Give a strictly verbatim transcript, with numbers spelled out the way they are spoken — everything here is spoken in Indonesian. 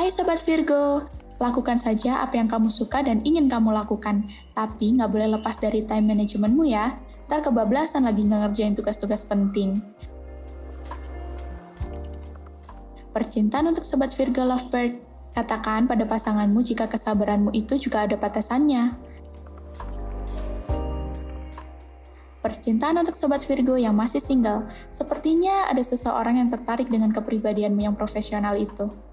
Hai Sobat Virgo, lakukan saja apa yang kamu suka dan ingin kamu lakukan, tapi nggak boleh lepas dari time managementmu ya, ntar kebablasan lagi ngerjain tugas-tugas penting. Percintaan untuk Sobat Virgo Lovebird, katakan pada pasanganmu jika kesabaranmu itu juga ada batasannya. Percintaan untuk Sobat Virgo yang masih single, sepertinya ada seseorang yang tertarik dengan kepribadianmu yang profesional itu.